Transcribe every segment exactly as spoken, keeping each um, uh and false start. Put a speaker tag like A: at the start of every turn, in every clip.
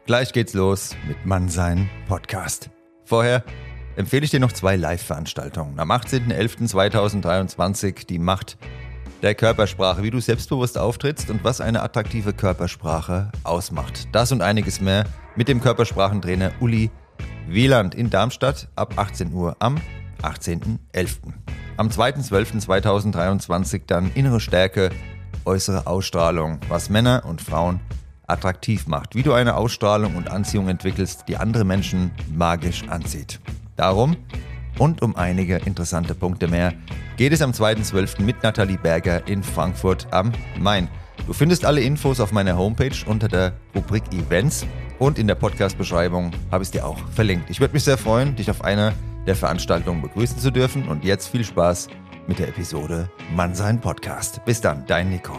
A: Gleich geht's los mit Mannsein Podcast. Vorher empfehle ich dir noch zwei Live-Veranstaltungen. Am achtzehnten elften zweitausenddreiundzwanzig die Macht der Körpersprache, wie du selbstbewusst auftrittst und was eine attraktive Körpersprache ausmacht. Das und einiges mehr mit dem Körpersprachentrainer Uli Wieland in Darmstadt ab achtzehn Uhr am achtzehnten elften Am zweiten zwölften zweitausenddreiundzwanzig dann innere Stärke, äußere Ausstrahlung, was Männer und Frauen attraktiv macht, wie du eine Ausstrahlung und Anziehung entwickelst, die andere Menschen magisch anzieht. Darum und um einige interessante Punkte mehr geht es am zweiten zwölften mit Nathalie Berger in Frankfurt am Main. Du findest alle Infos auf meiner Homepage unter der Rubrik Events und in der Podcast-Beschreibung habe ich es dir auch verlinkt. Ich würde mich sehr freuen, dich auf einer der Veranstaltungen begrüßen zu dürfen und jetzt viel Spaß mit der Episode Mannsein Podcast. Bis dann, dein Nico.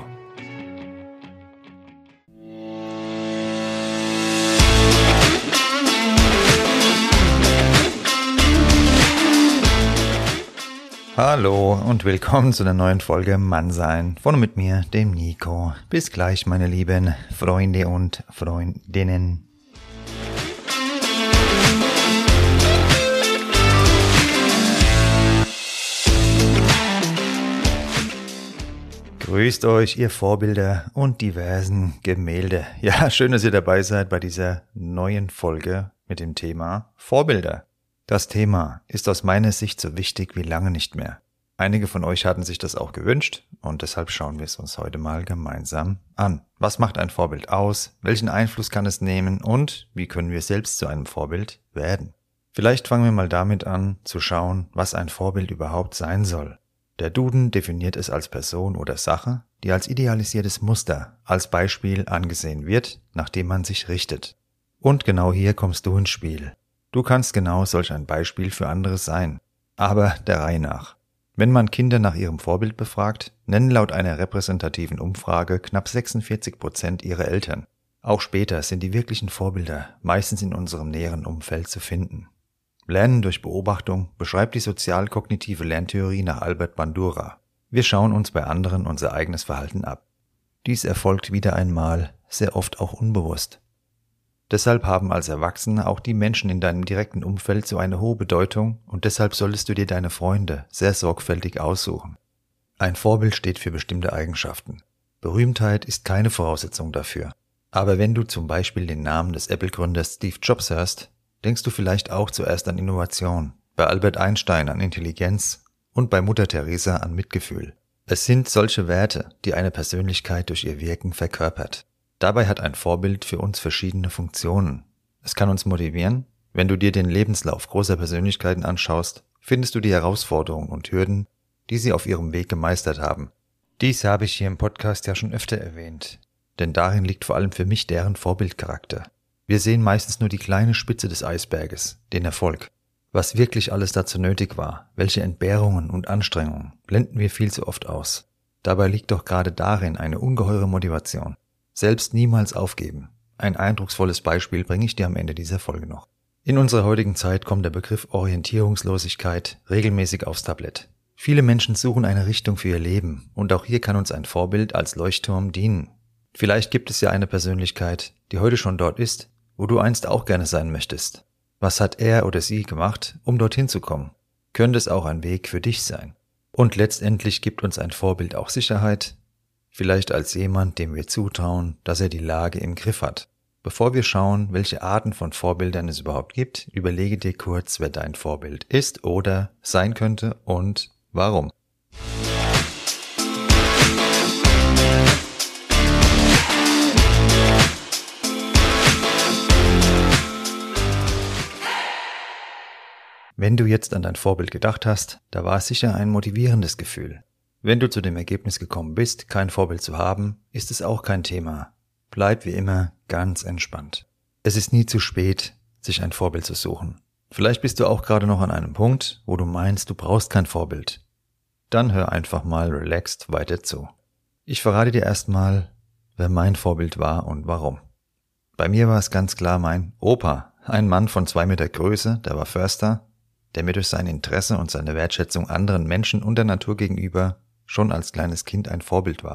A: Hallo und willkommen zu einer neuen Folge Mannsein von und mit mir, dem Nico. Bis gleich, meine lieben Freunde und Freundinnen. Grüßt euch, ihr Vorbilder und diversen Gemälde. Ja, schön, dass ihr dabei seid bei dieser neuen Folge mit dem Thema Vorbilder. Das Thema ist aus meiner Sicht so wichtig wie lange nicht mehr. Einige von euch hatten sich das auch gewünscht und deshalb schauen wir es uns heute mal gemeinsam an. Was macht ein Vorbild aus? Welchen Einfluss kann es nehmen? Und wie können wir selbst zu einem Vorbild werden? Vielleicht fangen wir mal damit an, zu schauen, was ein Vorbild überhaupt sein soll. Der Duden definiert es als Person oder Sache, die als idealisiertes Muster, als Beispiel angesehen wird, nach dem man sich richtet. Und genau hier kommst du ins Spiel. Du kannst genau solch ein Beispiel für andere sein. Aber der Reihe nach. Wenn man Kinder nach ihrem Vorbild befragt, nennen laut einer repräsentativen Umfrage knapp sechsundvierzig Prozent ihre Eltern. Auch später sind die wirklichen Vorbilder meistens in unserem näheren Umfeld zu finden. Lernen durch Beobachtung beschreibt die sozial-kognitive Lerntheorie nach Albert Bandura. Wir schauen uns bei anderen unser eigenes Verhalten ab. Dies erfolgt wieder einmal, sehr oft auch unbewusst. Deshalb haben als Erwachsene auch die Menschen in deinem direkten Umfeld so eine hohe Bedeutung und deshalb solltest du dir deine Freunde sehr sorgfältig aussuchen. Ein Vorbild steht für bestimmte Eigenschaften. Berühmtheit ist keine Voraussetzung dafür. Aber wenn du zum Beispiel den Namen des Apple-Gründers Steve Jobs hörst, denkst du vielleicht auch zuerst an Innovation, bei Albert Einstein an Intelligenz und bei Mutter Teresa an Mitgefühl. Es sind solche Werte, die eine Persönlichkeit durch ihr Wirken verkörpert. Dabei hat ein Vorbild für uns verschiedene Funktionen. Es kann uns motivieren. Wenn du dir den Lebenslauf großer Persönlichkeiten anschaust, findest du die Herausforderungen und Hürden, die sie auf ihrem Weg gemeistert haben. Dies habe ich hier im Podcast ja schon öfter erwähnt, denn darin liegt vor allem für mich deren Vorbildcharakter. Wir sehen meistens nur die kleine Spitze des Eisberges, den Erfolg. Was wirklich alles dazu nötig war, welche Entbehrungen und Anstrengungen, blenden wir viel zu oft aus. Dabei liegt doch gerade darin eine ungeheure Motivation. Selbst niemals aufgeben. Ein eindrucksvolles Beispiel bringe ich dir am Ende dieser Folge noch. In unserer heutigen Zeit kommt der Begriff Orientierungslosigkeit regelmäßig aufs Tablett. Viele Menschen suchen eine Richtung für ihr Leben und auch hier kann uns ein Vorbild als Leuchtturm dienen. Vielleicht gibt es ja eine Persönlichkeit, die heute schon dort ist, wo du einst auch gerne sein möchtest. Was hat er oder sie gemacht, um dorthin zu kommen? Könnte es auch ein Weg für dich sein? Und letztendlich gibt uns ein Vorbild auch Sicherheit, vielleicht als jemand, dem wir zutrauen, dass er die Lage im Griff hat. Bevor wir schauen, welche Arten von Vorbildern es überhaupt gibt, überlege dir kurz, wer dein Vorbild ist oder sein könnte und warum. Wenn du jetzt an dein Vorbild gedacht hast, da war es sicher ein motivierendes Gefühl. Wenn du zu dem Ergebnis gekommen bist, kein Vorbild zu haben, ist es auch kein Thema. Bleib wie immer ganz entspannt. Es ist nie zu spät, sich ein Vorbild zu suchen. Vielleicht bist du auch gerade noch an einem Punkt, wo du meinst, du brauchst kein Vorbild. Dann hör einfach mal relaxed weiter zu. Ich verrate dir erstmal, wer mein Vorbild war und warum. Bei mir war es ganz klar mein Opa, ein Mann von zwei Meter Größe, der war Förster, der mir durch sein Interesse und seine Wertschätzung anderen Menschen und der Natur gegenüber schon als kleines Kind ein Vorbild war.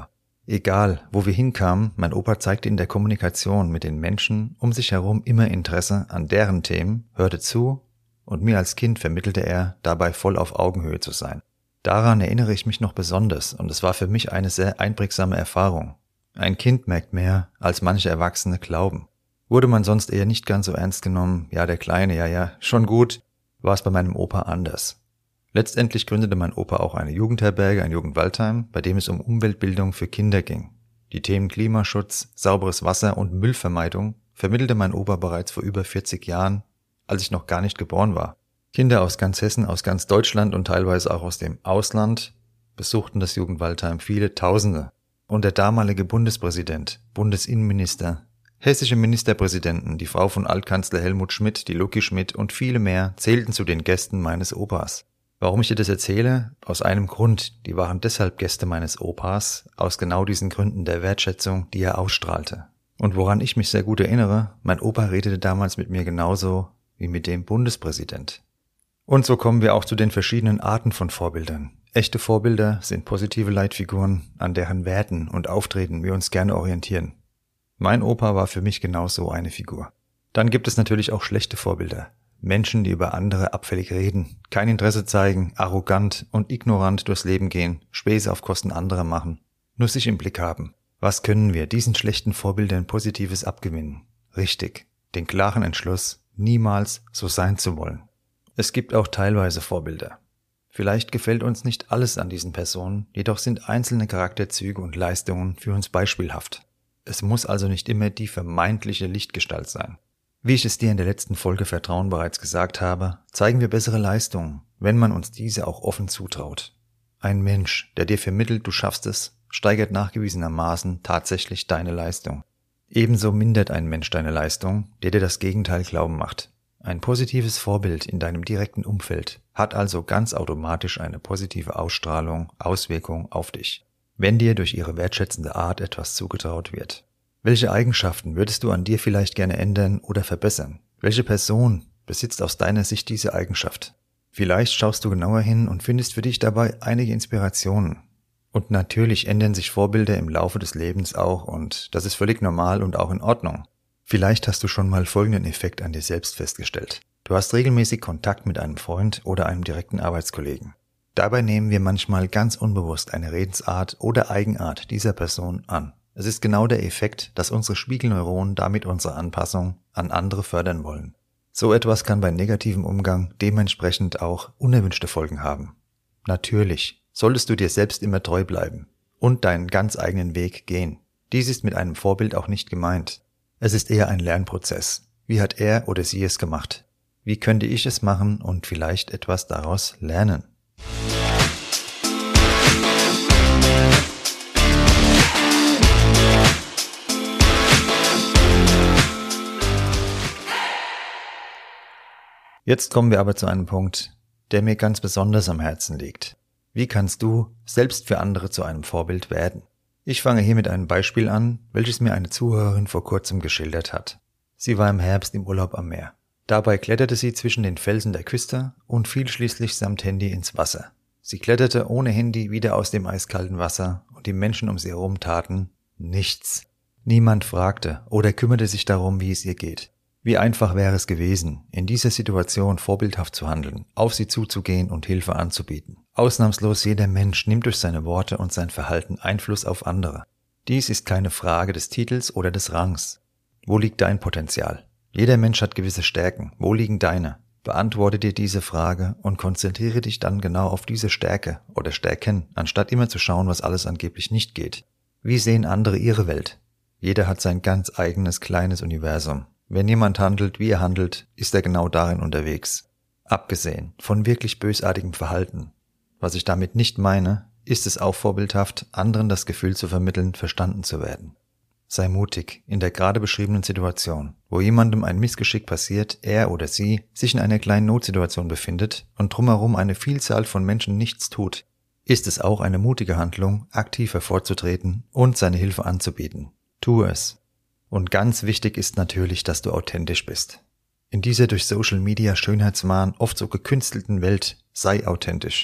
A: Egal, wo wir hinkamen, mein Opa zeigte in der Kommunikation mit den Menschen um sich herum immer Interesse an deren Themen, hörte zu und mir als Kind vermittelte er, dabei voll auf Augenhöhe zu sein. Daran erinnere ich mich noch besonders und es war für mich eine sehr einprägsame Erfahrung. Ein Kind merkt mehr, als manche Erwachsene glauben. Wurde man sonst eher nicht ganz so ernst genommen, ja der Kleine, ja ja, schon gut, war es bei meinem Opa anders. Letztendlich gründete mein Opa auch eine Jugendherberge, ein Jugendwaldheim, bei dem es um Umweltbildung für Kinder ging. Die Themen Klimaschutz, sauberes Wasser und Müllvermeidung vermittelte mein Opa bereits vor über vierzig Jahren, als ich noch gar nicht geboren war. Kinder aus ganz Hessen, aus ganz Deutschland und teilweise auch aus dem Ausland besuchten das Jugendwaldheim, viele Tausende. Und der damalige Bundespräsident, Bundesinnenminister, hessische Ministerpräsidenten, die Frau von Altkanzler Helmut Schmidt, die Lucky Schmidt und viele mehr zählten zu den Gästen meines Opas. Warum ich dir das erzähle? Aus einem Grund, die waren deshalb Gäste meines Opas, aus genau diesen Gründen der Wertschätzung, die er ausstrahlte. Und woran ich mich sehr gut erinnere, mein Opa redete damals mit mir genauso wie mit dem Bundespräsident. Und so kommen wir auch zu den verschiedenen Arten von Vorbildern. Echte Vorbilder sind positive Leitfiguren, an deren Werten und Auftreten wir uns gerne orientieren. Mein Opa war für mich genauso eine Figur. Dann gibt es natürlich auch schlechte Vorbilder. Menschen, die über andere abfällig reden, kein Interesse zeigen, arrogant und ignorant durchs Leben gehen, Späße auf Kosten anderer machen, nur sich im Blick haben. Was können wir diesen schlechten Vorbildern Positives abgewinnen? Richtig, den klaren Entschluss, niemals so sein zu wollen. Es gibt auch teilweise Vorbilder. Vielleicht gefällt uns nicht alles an diesen Personen, jedoch sind einzelne Charakterzüge und Leistungen für uns beispielhaft. Es muss also nicht immer die vermeintliche Lichtgestalt sein. Wie ich es dir in der letzten Folge Vertrauen bereits gesagt habe, zeigen wir bessere Leistungen, wenn man uns diese auch offen zutraut. Ein Mensch, der dir vermittelt, du schaffst es, steigert nachgewiesenermaßen tatsächlich deine Leistung. Ebenso mindert ein Mensch deine Leistung, der dir das Gegenteil glauben macht. Ein positives Vorbild in deinem direkten Umfeld hat also ganz automatisch eine positive Ausstrahlung, Auswirkung auf dich, wenn dir durch ihre wertschätzende Art etwas zugetraut wird. Welche Eigenschaften würdest du an dir vielleicht gerne ändern oder verbessern? Welche Person besitzt aus deiner Sicht diese Eigenschaft? Vielleicht schaust du genauer hin und findest für dich dabei einige Inspirationen. Und natürlich ändern sich Vorbilder im Laufe des Lebens auch und das ist völlig normal und auch in Ordnung. Vielleicht hast du schon mal folgenden Effekt an dir selbst festgestellt. Du hast regelmäßig Kontakt mit einem Freund oder einem direkten Arbeitskollegen. Dabei nehmen wir manchmal ganz unbewusst eine Redensart oder Eigenart dieser Person an. Es ist genau der Effekt, dass unsere Spiegelneuronen damit unsere Anpassung an andere fördern wollen. So etwas kann bei negativem Umgang dementsprechend auch unerwünschte Folgen haben. Natürlich solltest du dir selbst immer treu bleiben und deinen ganz eigenen Weg gehen. Dies ist mit einem Vorbild auch nicht gemeint. Es ist eher ein Lernprozess. Wie hat er oder sie es gemacht? Wie könnte ich es machen und vielleicht etwas daraus lernen? Jetzt kommen wir aber zu einem Punkt, der mir ganz besonders am Herzen liegt. Wie kannst du selbst für andere zu einem Vorbild werden? Ich fange hier mit einem Beispiel an, welches mir eine Zuhörerin vor kurzem geschildert hat. Sie war im Herbst im Urlaub am Meer. Dabei kletterte sie zwischen den Felsen der Küste und fiel schließlich samt Handy ins Wasser. Sie kletterte ohne Handy wieder aus dem eiskalten Wasser und die Menschen um sie herum taten nichts. Niemand fragte oder kümmerte sich darum, wie es ihr geht. Wie einfach wäre es gewesen, in dieser Situation vorbildhaft zu handeln, auf sie zuzugehen und Hilfe anzubieten. Ausnahmslos jeder Mensch nimmt durch seine Worte und sein Verhalten Einfluss auf andere. Dies ist keine Frage des Titels oder des Rangs. Wo liegt dein Potenzial? Jeder Mensch hat gewisse Stärken. Wo liegen deine? Beantworte dir diese Frage und konzentriere dich dann genau auf diese Stärke oder Stärken, anstatt immer zu schauen, was alles angeblich nicht geht. Wie sehen andere ihre Welt? Jeder hat sein ganz eigenes kleines Universum. Wenn jemand handelt, wie er handelt, ist er genau darin unterwegs. Abgesehen von wirklich bösartigem Verhalten. Was ich damit nicht meine, ist es auch vorbildhaft, anderen das Gefühl zu vermitteln, verstanden zu werden. Sei mutig in der gerade beschriebenen Situation, wo jemandem ein Missgeschick passiert, er oder sie sich in einer kleinen Notsituation befindet und drumherum eine Vielzahl von Menschen nichts tut, ist es auch eine mutige Handlung, aktiv hervorzutreten und seine Hilfe anzubieten. Tue es. Und ganz wichtig ist natürlich, dass du authentisch bist. In dieser durch Social Media Schönheitswahn oft so gekünstelten Welt sei authentisch.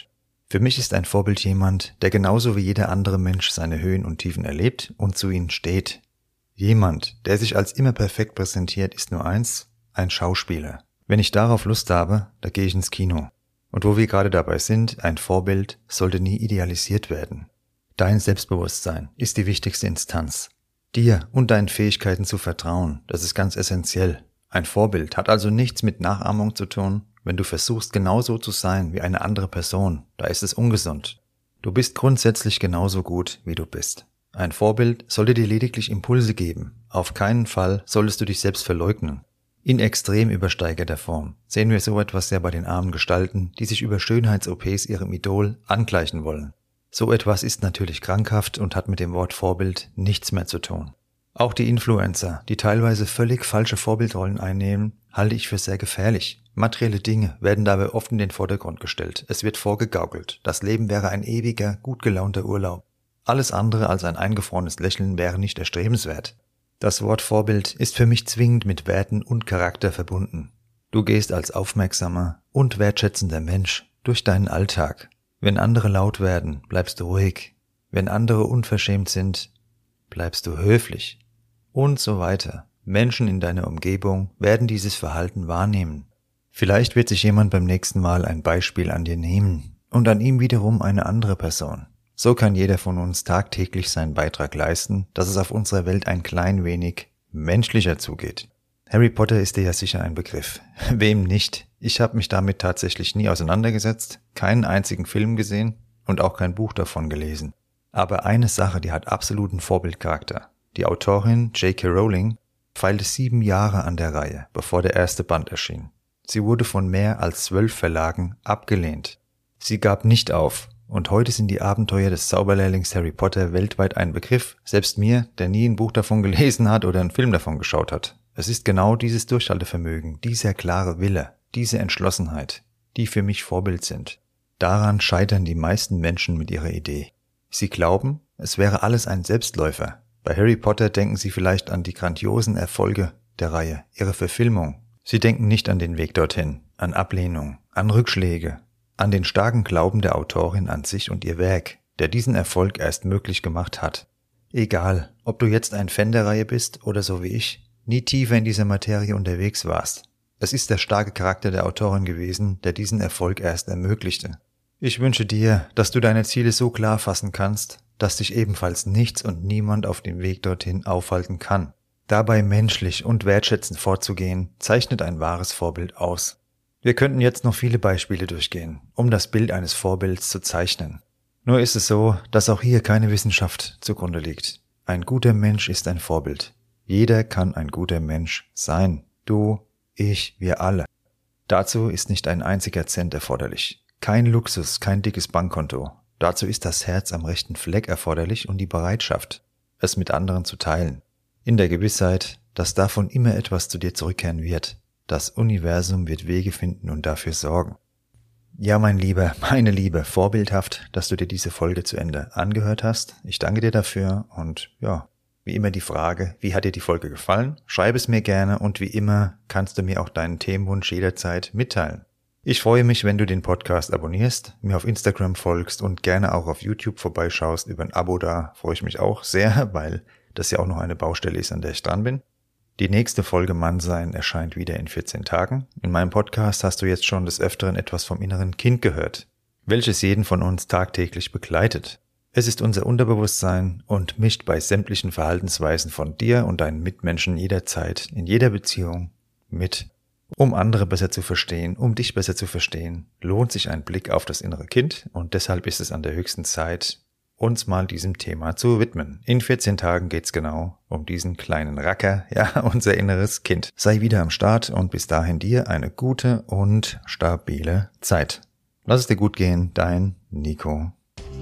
A: Für mich ist ein Vorbild jemand, der genauso wie jeder andere Mensch seine Höhen und Tiefen erlebt und zu ihnen steht. Jemand, der sich als immer perfekt präsentiert, ist nur eins, ein Schauspieler. Wenn ich darauf Lust habe, da gehe ich ins Kino. Und wo wir gerade dabei sind, ein Vorbild sollte nie idealisiert werden. Dein Selbstbewusstsein ist die wichtigste Instanz. Dir und deinen Fähigkeiten zu vertrauen, das ist ganz essentiell. Ein Vorbild hat also nichts mit Nachahmung zu tun. Wenn du versuchst, genauso zu sein wie eine andere Person, da ist es ungesund. Du bist grundsätzlich genauso gut, wie du bist. Ein Vorbild sollte dir lediglich Impulse geben. Auf keinen Fall solltest du dich selbst verleugnen. In extrem übersteigerter Form sehen wir so etwas sehr bei den armen Gestalten, die sich über Schönheits-O Ps ihrem Idol angleichen wollen. So etwas ist natürlich krankhaft und hat mit dem Wort Vorbild nichts mehr zu tun. Auch die Influencer, die teilweise völlig falsche Vorbildrollen einnehmen, halte ich für sehr gefährlich. Materielle Dinge werden dabei oft in den Vordergrund gestellt. Es wird vorgegaukelt, das Leben wäre ein ewiger, gut gelaunter Urlaub. Alles andere als ein eingefrorenes Lächeln wäre nicht erstrebenswert. Das Wort Vorbild ist für mich zwingend mit Werten und Charakter verbunden. Du gehst als aufmerksamer und wertschätzender Mensch durch deinen Alltag. Wenn andere laut werden, bleibst du ruhig. Wenn andere unverschämt sind, bleibst du höflich. Und so weiter. Menschen in deiner Umgebung werden dieses Verhalten wahrnehmen. Vielleicht wird sich jemand beim nächsten Mal ein Beispiel an dir nehmen und an ihm wiederum eine andere Person. So kann jeder von uns tagtäglich seinen Beitrag leisten, dass es auf unserer Welt ein klein wenig menschlicher zugeht. Harry Potter ist dir ja sicher ein Begriff. Wem nicht? Ich habe mich damit tatsächlich nie auseinandergesetzt, keinen einzigen Film gesehen und auch kein Buch davon gelesen. Aber eine Sache, die hat absoluten Vorbildcharakter. Die Autorin J K Rowling feilte sieben Jahre an der Reihe, bevor der erste Band erschien. Sie wurde von mehr als zwölf Verlagen abgelehnt. Sie gab nicht auf. Und heute sind die Abenteuer des Zauberlehrlings Harry Potter weltweit ein Begriff, selbst mir, der nie ein Buch davon gelesen hat oder einen Film davon geschaut hat. Es ist genau dieses Durchhaltevermögen, dieser klare Wille, diese Entschlossenheit, die für mich Vorbild sind. Daran scheitern die meisten Menschen mit ihrer Idee. Sie glauben, es wäre alles ein Selbstläufer. Bei Harry Potter denken sie vielleicht an die grandiosen Erfolge der Reihe, ihre Verfilmung. Sie denken nicht an den Weg dorthin, an Ablehnung, an Rückschläge, an den starken Glauben der Autorin an sich und ihr Werk, der diesen Erfolg erst möglich gemacht hat. Egal, ob du jetzt ein Fan der Reihe bist oder so wie ich, nie tiefer in dieser Materie unterwegs warst. Es ist der starke Charakter der Autorin gewesen, der diesen Erfolg erst ermöglichte. Ich wünsche dir, dass du deine Ziele so klar fassen kannst, dass dich ebenfalls nichts und niemand auf dem Weg dorthin aufhalten kann. Dabei menschlich und wertschätzend vorzugehen, zeichnet ein wahres Vorbild aus. Wir könnten jetzt noch viele Beispiele durchgehen, um das Bild eines Vorbilds zu zeichnen. Nur ist es so, dass auch hier keine Wissenschaft zugrunde liegt. Ein guter Mensch ist ein Vorbild. Jeder kann ein guter Mensch sein. Du, ich, wir alle. Dazu ist nicht ein einziger Cent erforderlich. Kein Luxus, kein dickes Bankkonto. Dazu ist das Herz am rechten Fleck erforderlich und die Bereitschaft, es mit anderen zu teilen. In der Gewissheit, dass davon immer etwas zu dir zurückkehren wird. Das Universum wird Wege finden und dafür sorgen. Ja, mein Lieber, meine Liebe, vorbildhaft, dass du dir diese Folge zu Ende angehört hast. Ich danke dir dafür und ja, wie immer die Frage, wie hat dir die Folge gefallen? Schreib es mir gerne und wie immer kannst du mir auch deinen Themenwunsch jederzeit mitteilen. Ich freue mich, wenn du den Podcast abonnierst, mir auf Instagram folgst und gerne auch auf YouTube vorbeischaust. Über ein Abo da freue ich mich auch sehr, weil das ja auch noch eine Baustelle ist, an der ich dran bin. Die nächste Folge Mannsein erscheint wieder in vierzehn Tagen. In meinem Podcast hast du jetzt schon des Öfteren etwas vom inneren Kind gehört, welches jeden von uns tagtäglich begleitet. Es ist unser Unterbewusstsein und mischt bei sämtlichen Verhaltensweisen von dir und deinen Mitmenschen jederzeit, in jeder Beziehung mit. Um andere besser zu verstehen, um dich besser zu verstehen, lohnt sich ein Blick auf das innere Kind und deshalb ist es an der höchsten Zeit, uns mal diesem Thema zu widmen. In vierzehn Tagen geht's genau um diesen kleinen Racker, ja, unser inneres Kind. Sei wieder am Start und bis dahin dir eine gute und stabile Zeit. Lass es dir gut gehen, dein Nico.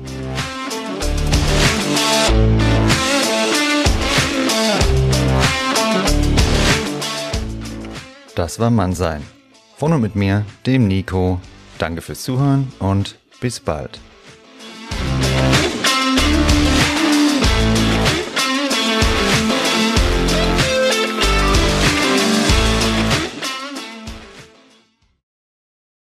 A: Das war Mannsein. Von und mit mir, dem Nico. Danke fürs Zuhören und bis bald.